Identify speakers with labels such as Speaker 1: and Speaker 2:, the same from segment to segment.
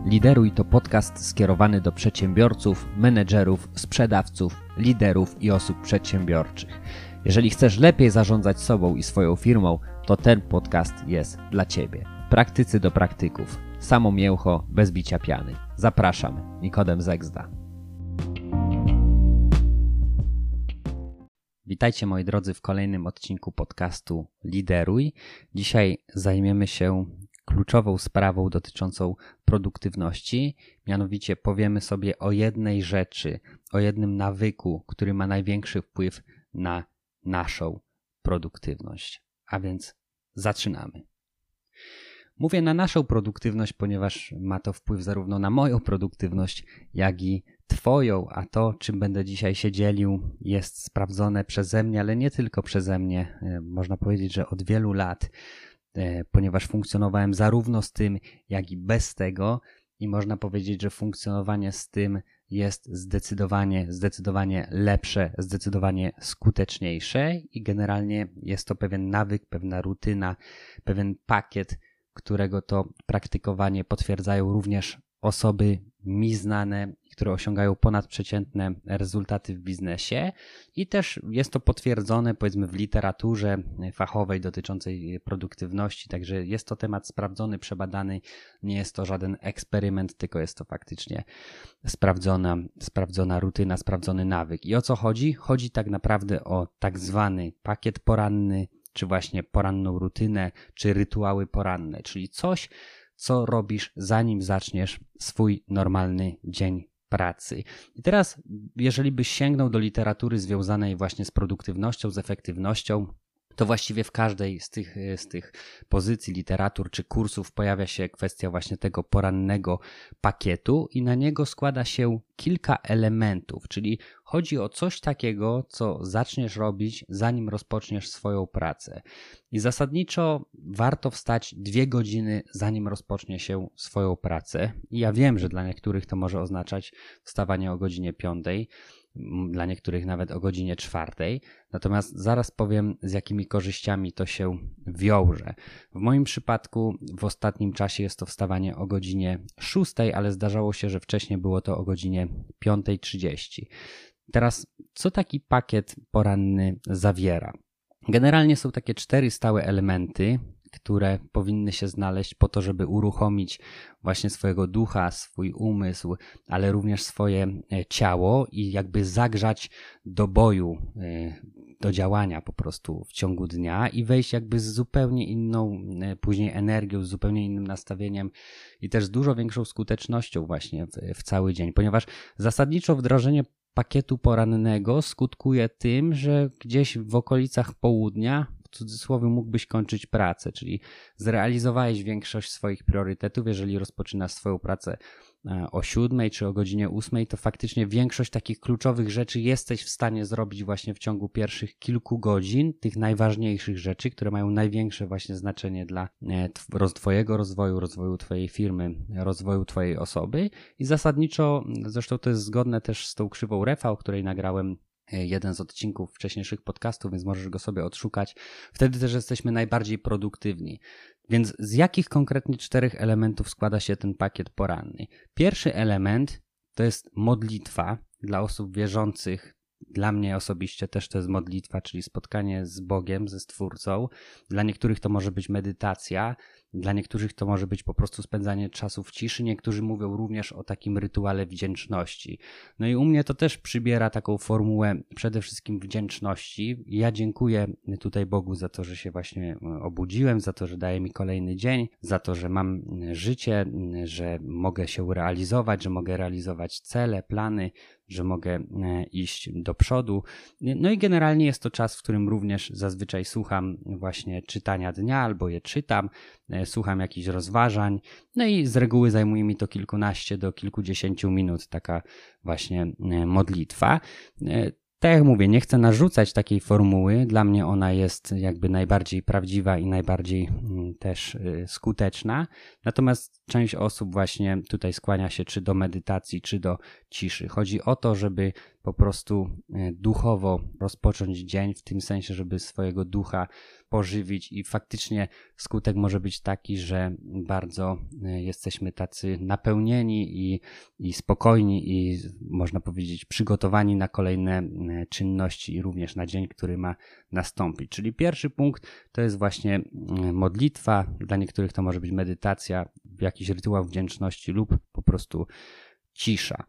Speaker 1: Lideruj to podcast skierowany do przedsiębiorców, menedżerów, sprzedawców, liderów i osób przedsiębiorczych. Jeżeli chcesz lepiej zarządzać sobą i swoją firmą, to ten podcast jest dla Ciebie. Praktycy do praktyków. Samo mięcho, bez bicia piany. Zapraszam, Nikodem Zegzda. Witajcie moi drodzy w kolejnym odcinku podcastu Lideruj. Dzisiaj zajmiemy się kluczową sprawą dotyczącą produktywności. Mianowicie powiemy sobie o jednej rzeczy, o jednym nawyku, który ma największy wpływ na naszą produktywność. A więc zaczynamy. Mówię na naszą produktywność, ponieważ ma to wpływ zarówno na moją produktywność, jak i Twoją, a to, czym będę dzisiaj się dzielił, jest sprawdzone przeze mnie, ale nie tylko przeze mnie. Można powiedzieć, że od wielu lat, ponieważ funkcjonowałem zarówno z tym, jak i bez tego i można powiedzieć, że funkcjonowanie z tym jest zdecydowanie lepsze, zdecydowanie skuteczniejsze i generalnie jest to pewien nawyk, pewna rutyna, pewien pakiet, którego to praktykowanie potwierdzają również osoby mi znane, które osiągają ponadprzeciętne rezultaty w biznesie i też jest to potwierdzone powiedzmy w literaturze fachowej dotyczącej produktywności, także jest to temat sprawdzony, przebadany, nie jest to żaden eksperyment, tylko jest to faktycznie sprawdzona rutyna, sprawdzony nawyk. I o co chodzi? Chodzi tak naprawdę o tak zwany pakiet poranny, czy właśnie poranną rutynę, czy rytuały poranne, czyli coś, co robisz zanim zaczniesz swój normalny dzień pracy. I teraz, jeżeli byś sięgnął do literatury związanej właśnie z produktywnością, z efektywnością, to właściwie w każdej z tych pozycji literatur czy kursów pojawia się kwestia właśnie tego porannego pakietu i na niego składa się kilka elementów, czyli chodzi o coś takiego, co zaczniesz robić zanim rozpoczniesz swoją pracę. I zasadniczo warto wstać 2 godziny zanim rozpocznie się swoją pracę. I ja wiem, że dla niektórych to może oznaczać wstawanie o godzinie 5, dla niektórych nawet o godzinie 4. Natomiast zaraz powiem, z jakimi korzyściami to się wiąże. W moim przypadku w ostatnim czasie jest to wstawanie o godzinie 6, ale zdarzało się, że wcześniej było to o godzinie 5:30. Teraz, co taki pakiet poranny zawiera? Generalnie są takie 4 stałe elementy, które powinny się znaleźć po to, żeby uruchomić właśnie swojego ducha, swój umysł, ale również swoje ciało i jakby zagrzać do boju, do działania po prostu w ciągu dnia i wejść jakby z zupełnie inną później energią, z zupełnie innym nastawieniem i też z dużo większą skutecznością właśnie w cały dzień, ponieważ zasadniczo wdrożenie pakietu porannego skutkuje tym, że gdzieś w okolicach południa, w cudzysłowie, mógłbyś kończyć pracę, czyli zrealizowałeś większość swoich priorytetów. Jeżeli rozpoczynasz swoją pracę o 7 czy o godzinie 8, to faktycznie większość takich kluczowych rzeczy jesteś w stanie zrobić właśnie w ciągu pierwszych kilku godzin, tych najważniejszych rzeczy, które mają największe właśnie znaczenie dla twojego rozwoju twojej firmy, rozwoju twojej osoby i zasadniczo, zresztą to jest zgodne też z tą krzywą Refa, o której nagrałem jeden z odcinków wcześniejszych podcastów, więc możesz go sobie odszukać. Wtedy też jesteśmy najbardziej produktywni. Więc z jakich konkretnie 4 elementów składa się ten pakiet poranny? Pierwszy element to jest modlitwa dla osób wierzących. Dla mnie osobiście też to jest modlitwa, czyli spotkanie z Bogiem, ze Stwórcą. Dla niektórych to może być medytacja, dla niektórych to może być po prostu spędzanie czasu w ciszy. Niektórzy mówią również o takim rytuale wdzięczności. No i u mnie to też przybiera taką formułę przede wszystkim wdzięczności. Ja dziękuję tutaj Bogu za to, że się właśnie obudziłem, za to, że daje mi kolejny dzień, za to, że mam życie, że mogę się realizować, że mogę realizować cele, plany, że mogę iść do przodu. No i generalnie jest to czas, w którym również zazwyczaj słucham właśnie czytania dnia albo je czytam, słucham jakichś rozważań, no i z reguły zajmuje mi to kilkunaście do kilkudziesięciu minut taka właśnie modlitwa. Tak jak mówię, nie chcę narzucać takiej formuły, dla mnie ona jest jakby najbardziej prawdziwa i najbardziej też skuteczna, natomiast część osób właśnie tutaj skłania się czy do medytacji, czy do ciszy. Chodzi o to, żeby po prostu duchowo rozpocząć dzień, w tym sensie, żeby swojego ducha pożywić i faktycznie skutek może być taki, że bardzo jesteśmy tacy napełnieni i spokojni i można powiedzieć przygotowani na kolejne czynności i również na dzień, który ma nastąpić. Czyli pierwszy punkt to jest właśnie modlitwa, dla niektórych to może być medytacja, jakiś rytuał wdzięczności lub po prostu cisza.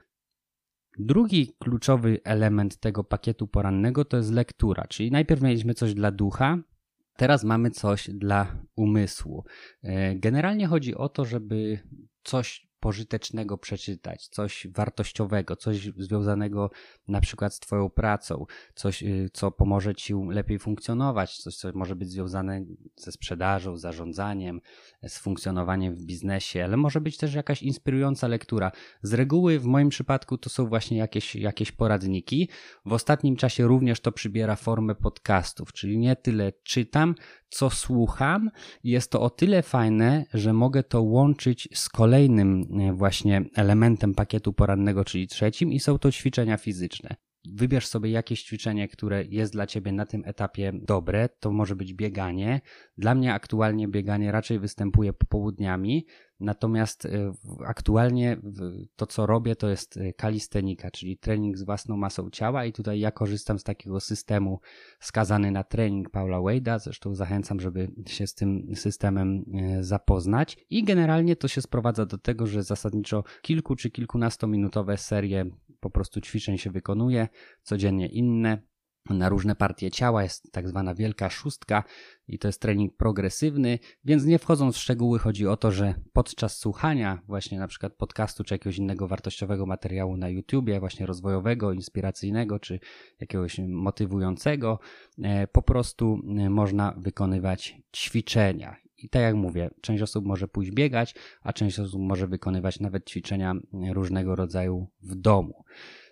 Speaker 1: Drugi kluczowy element tego pakietu porannego to jest lektura, czyli najpierw mieliśmy coś dla ducha, teraz mamy coś dla umysłu. Generalnie chodzi o to, żeby coś pożytecznego przeczytać, coś wartościowego, coś związanego na przykład z Twoją pracą, coś, co pomoże Ci lepiej funkcjonować, coś, co może być związane ze sprzedażą, zarządzaniem, z funkcjonowaniem w biznesie, ale może być też jakaś inspirująca lektura. Z reguły w moim przypadku to są właśnie jakieś poradniki. W ostatnim czasie również to przybiera formę podcastów, czyli nie tyle czytam, co słucham. Jest to o tyle fajne, że mogę to łączyć z kolejnym właśnie elementem pakietu porannego, czyli trzecim, i są to ćwiczenia fizyczne. Wybierz sobie jakieś ćwiczenie, które jest dla Ciebie na tym etapie dobre. To może być bieganie. Dla mnie aktualnie bieganie raczej występuje popołudniami, natomiast aktualnie to, co robię, to jest kalistenika, czyli trening z własną masą ciała, i tutaj ja korzystam z takiego systemu skazany na trening Paula Wade'a. Zresztą zachęcam, żeby się z tym systemem zapoznać, i generalnie to się sprowadza do tego, że zasadniczo kilku czy kilkunastominutowe serie po prostu ćwiczeń się wykonuje, codziennie inne, na różne partie ciała. Jest tak zwana wielka szóstka i to jest trening progresywny, więc nie wchodząc w szczegóły, chodzi o to, że podczas słuchania właśnie na przykład podcastu czy jakiegoś innego wartościowego materiału na YouTubie, właśnie rozwojowego, inspiracyjnego czy jakiegoś motywującego, po prostu można wykonywać ćwiczenia. I tak jak mówię, część osób może pójść biegać, a część osób może wykonywać nawet ćwiczenia różnego rodzaju w domu.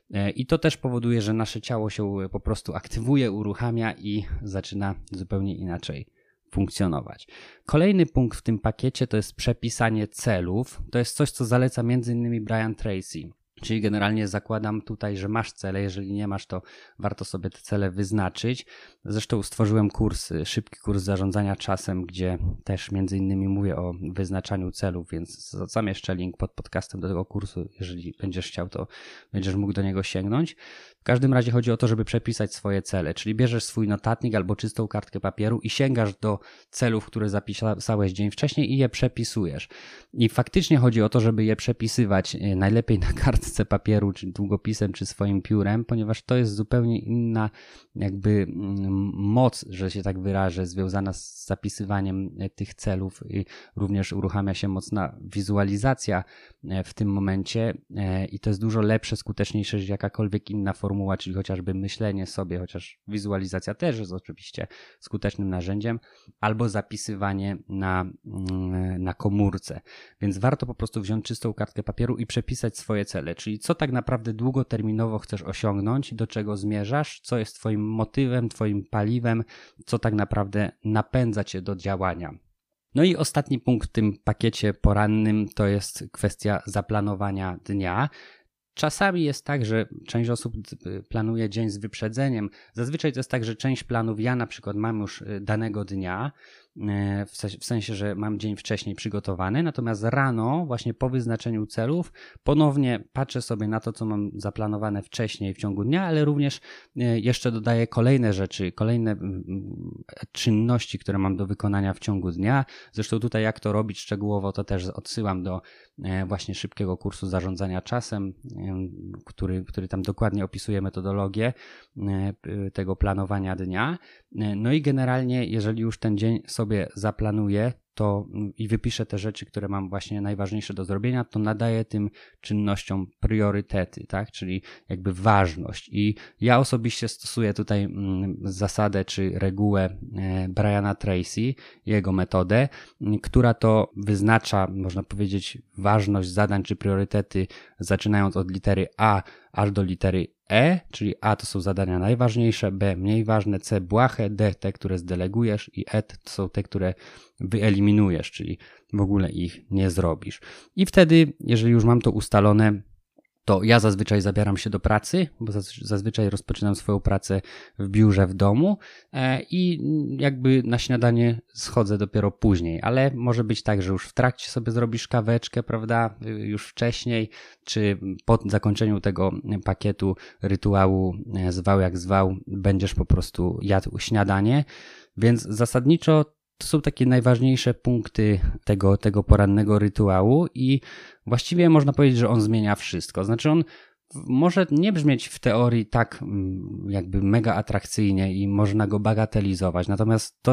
Speaker 1: I to też powoduje, że nasze ciało się po prostu aktywuje, uruchamia i zaczyna zupełnie inaczej funkcjonować. Kolejny punkt w tym pakiecie to jest przepisanie celów. To jest coś, co zaleca m.in. Brian Tracy. Czyli generalnie zakładam tutaj, że masz cele. Jeżeli nie masz, to warto sobie te cele wyznaczyć. Zresztą stworzyłem szybki kurs zarządzania czasem, gdzie też między innymi mówię o wyznaczaniu celów, więc zamieszczę link pod podcastem do tego kursu. Jeżeli będziesz chciał, to będziesz mógł do niego sięgnąć. W każdym razie chodzi o to, żeby przepisać swoje cele, czyli bierzesz swój notatnik albo czystą kartkę papieru i sięgasz do celów, które zapisałeś dzień wcześniej, i je przepisujesz. I faktycznie chodzi o to, żeby je przepisywać najlepiej na kartce papieru, czy długopisem, czy swoim piórem, ponieważ to jest zupełnie inna jakby moc, że się tak wyrażę, związana z zapisywaniem tych celów, i również uruchamia się mocna wizualizacja w tym momencie i to jest dużo lepsze, skuteczniejsze niż jakakolwiek inna formuła, czyli chociażby myślenie sobie, chociaż wizualizacja też jest oczywiście skutecznym narzędziem, albo zapisywanie na komórce. Więc warto po prostu wziąć czystą kartkę papieru i przepisać swoje cele, czyli co tak naprawdę długoterminowo chcesz osiągnąć, do czego zmierzasz, co jest Twoim motywem, Twoim paliwem, co tak naprawdę napędza Cię do działania. No i ostatni punkt w tym pakiecie porannym to jest kwestia zaplanowania dnia. Czasami jest tak, że część osób planuje dzień z wyprzedzeniem. Zazwyczaj to jest tak, że część planów ja na przykład mam już danego dnia, w sensie, że mam dzień wcześniej przygotowany, natomiast rano, właśnie po wyznaczeniu celów, ponownie patrzę sobie na to, co mam zaplanowane wcześniej w ciągu dnia, ale również jeszcze dodaję kolejne rzeczy, kolejne czynności, które mam do wykonania w ciągu dnia. Zresztą tutaj jak to robić szczegółowo, to też odsyłam do właśnie szybkiego kursu zarządzania czasem, który tam dokładnie opisuje metodologię tego planowania dnia. No i generalnie, jeżeli już ten dzień sobie zaplanuję i wypiszę te rzeczy, które mam właśnie najważniejsze do zrobienia, to nadaję tym czynnościom priorytety, tak? Czyli jakby ważność. I ja osobiście stosuję tutaj zasadę czy regułę Briana Tracy, jego metodę, która to wyznacza, można powiedzieć, ważność zadań czy priorytety, zaczynając od litery A aż do litery E, czyli A to są zadania najważniejsze, B mniej ważne, C błahe, D te, które zdelegujesz, i E to są te, które wyeliminujesz, czyli w ogóle ich nie zrobisz. I wtedy, jeżeli już mam to ustalone, to ja zazwyczaj zabieram się do pracy, bo zazwyczaj rozpoczynam swoją pracę w biurze w domu i jakby na śniadanie schodzę dopiero później, ale może być tak, że już w trakcie sobie zrobisz kaweczkę, prawda, już wcześniej, czy po zakończeniu tego pakietu rytuału zwał jak zwał, będziesz po prostu jadł śniadanie, więc zasadniczo to są takie najważniejsze punkty tego porannego rytuału i właściwie można powiedzieć, że on zmienia wszystko. Znaczy on może nie brzmieć w teorii tak jakby mega atrakcyjnie i można go bagatelizować, natomiast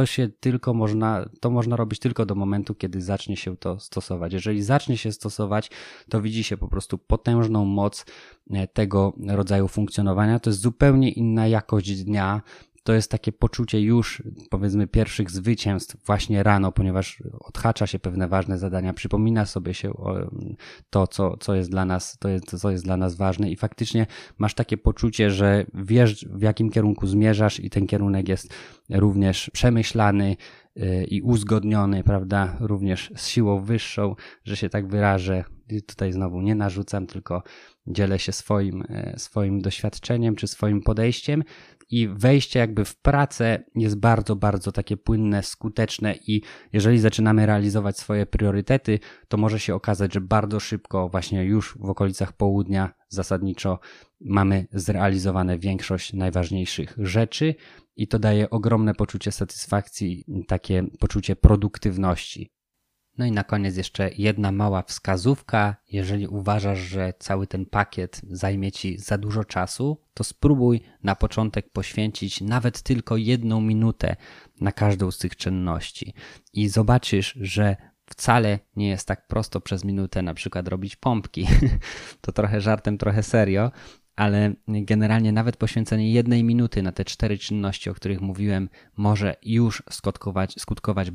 Speaker 1: to można robić tylko do momentu, kiedy zacznie się to stosować. Jeżeli zacznie się stosować, to widzi się po prostu potężną moc tego rodzaju funkcjonowania. To jest zupełnie inna jakość dnia. To jest takie poczucie już, powiedzmy, pierwszych zwycięstw właśnie rano, ponieważ odhacza się pewne ważne zadania, przypomina sobie się to, co jest dla nas ważne i faktycznie masz takie poczucie, że wiesz, w jakim kierunku zmierzasz i ten kierunek jest również przemyślany i uzgodniony, prawda, również z siłą wyższą, że się tak wyrażę. I tutaj znowu nie narzucam, tylko dzielę się swoim doświadczeniem czy swoim podejściem i wejście jakby w pracę jest bardzo, bardzo takie płynne, skuteczne i jeżeli zaczynamy realizować swoje priorytety, to może się okazać, że bardzo szybko, właśnie już w okolicach południa zasadniczo mamy zrealizowane większość najważniejszych rzeczy i to daje ogromne poczucie satysfakcji, takie poczucie produktywności. No i na koniec jeszcze jedna mała wskazówka. Jeżeli uważasz, że cały ten pakiet zajmie Ci za dużo czasu, to spróbuj na początek poświęcić nawet tylko 1 minutę na każdą z tych czynności i zobaczysz, że wcale nie jest tak prosto przez minutę na przykład robić pompki. To trochę żartem, trochę serio, ale generalnie nawet poświęcenie 1 minuty na te 4 czynności, o których mówiłem, może już skutkować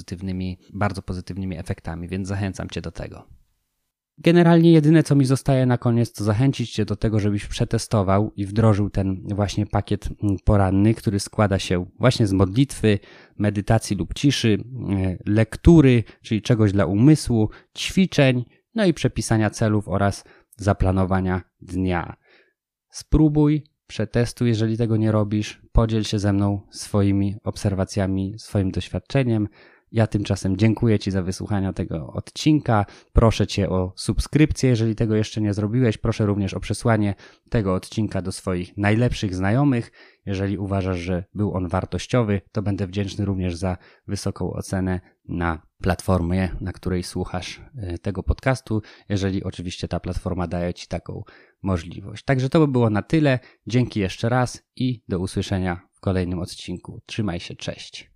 Speaker 1: bardzo pozytywnymi efektami, więc zachęcam Cię do tego. Generalnie jedyne, co mi zostaje na koniec, to zachęcić Cię do tego, żebyś przetestował i wdrożył ten właśnie pakiet poranny, który składa się właśnie z modlitwy, medytacji lub ciszy, lektury, czyli czegoś dla umysłu, ćwiczeń, no i przepisania celów oraz zaplanowania dnia. Spróbuj, przetestuj, jeżeli tego nie robisz, podziel się ze mną swoimi obserwacjami, swoim doświadczeniem. Ja tymczasem dziękuję Ci za wysłuchanie tego odcinka. Proszę Cię o subskrypcję, jeżeli tego jeszcze nie zrobiłeś. Proszę również o przesłanie tego odcinka do swoich najlepszych znajomych. Jeżeli uważasz, że był on wartościowy, to będę wdzięczny również za wysoką ocenę na platformie, na której słuchasz tego podcastu, jeżeli oczywiście ta platforma daje Ci taką możliwość. Także to by było na tyle. Dzięki jeszcze raz i do usłyszenia w kolejnym odcinku. Trzymaj się, cześć.